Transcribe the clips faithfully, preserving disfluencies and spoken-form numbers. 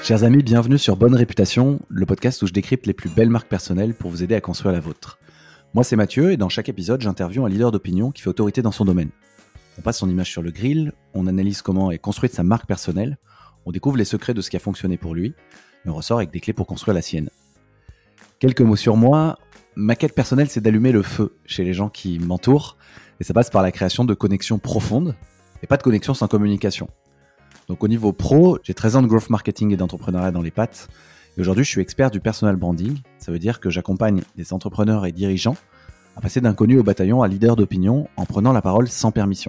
Chers amis, bienvenue sur Bonne Réputation, le podcast où je décrypte les plus belles marques personnelles pour vous aider à construire la vôtre. Moi c'est Mathieu et dans chaque épisode j'interviewe un leader d'opinion qui fait autorité dans son domaine. On passe son image sur le grill, on analyse comment est construite sa marque personnelle, on découvre les secrets de ce qui a fonctionné pour lui et on ressort avec des clés pour construire la sienne. Quelques mots sur moi, ma quête personnelle c'est d'allumer le feu chez les gens qui m'entourent et ça passe par la création de connexions profondes et pas de connexions sans communication. Donc au niveau pro, j'ai treize ans de growth marketing et d'entrepreneuriat dans les pattes. Et aujourd'hui, je suis expert du personal branding. Ça veut dire que j'accompagne des entrepreneurs et dirigeants à passer d'inconnu au bataillon à leader d'opinion en prenant la parole sans permission.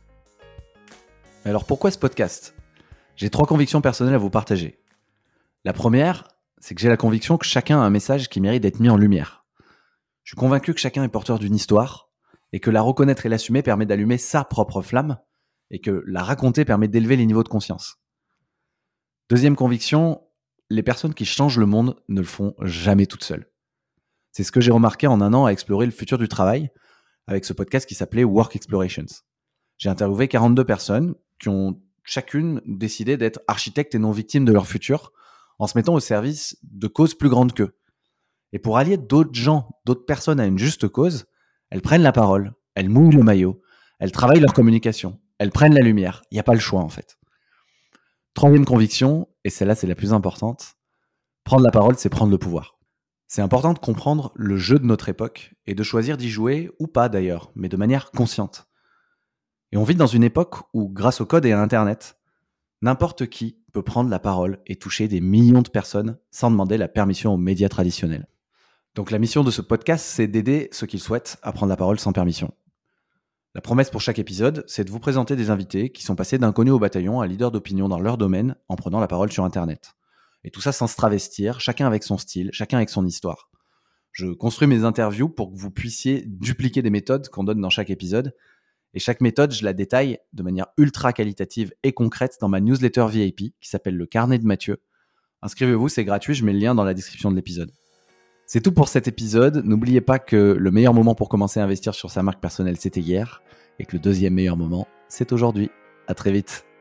Mais alors pourquoi ce podcast ? J'ai trois convictions personnelles à vous partager. La première, c'est que j'ai la conviction que chacun a un message qui mérite d'être mis en lumière. Je suis convaincu que chacun est porteur d'une histoire et que la reconnaître et l'assumer permet d'allumer sa propre flamme et que la raconter permet d'élever les niveaux de conscience. Deuxième conviction, les personnes qui changent le monde ne le font jamais toutes seules. C'est ce que j'ai remarqué en un an à explorer le futur du travail avec ce podcast qui s'appelait Work Explorations. J'ai interviewé quarante-deux personnes qui ont chacune décidé d'être architectes et non victimes de leur futur en se mettant au service de causes plus grandes qu'eux. Et pour allier d'autres gens, d'autres personnes à une juste cause, elles prennent la parole, elles mouillent le maillot, elles travaillent leur communication. Elles prennent la lumière. Il n'y a pas le choix, en fait. Troisième conviction, et celle-là, c'est la plus importante, prendre la parole, c'est prendre le pouvoir. C'est important de comprendre le jeu de notre époque et de choisir d'y jouer, ou pas d'ailleurs, mais de manière consciente. Et on vit dans une époque où, grâce au code et à Internet, n'importe qui peut prendre la parole et toucher des millions de personnes sans demander la permission aux médias traditionnels. Donc la mission de ce podcast, c'est d'aider ceux qui le souhaitent à prendre la parole sans permission. La promesse pour chaque épisode, c'est de vous présenter des invités qui sont passés d'inconnus au bataillon à leader d'opinion dans leur domaine en prenant la parole sur Internet. Et tout ça sans se travestir, chacun avec son style, chacun avec son histoire. Je construis mes interviews pour que vous puissiez dupliquer des méthodes qu'on donne dans chaque épisode. Et chaque méthode, je la détaille de manière ultra qualitative et concrète dans ma newsletter V I P qui s'appelle le Carnet de Mathieu. Inscrivez-vous, c'est gratuit, je mets le lien dans la description de l'épisode. C'est tout pour cet épisode. N'oubliez pas que le meilleur moment pour commencer à investir sur sa marque personnelle, c'était hier. Et que le deuxième meilleur moment, c'est aujourd'hui. À très vite.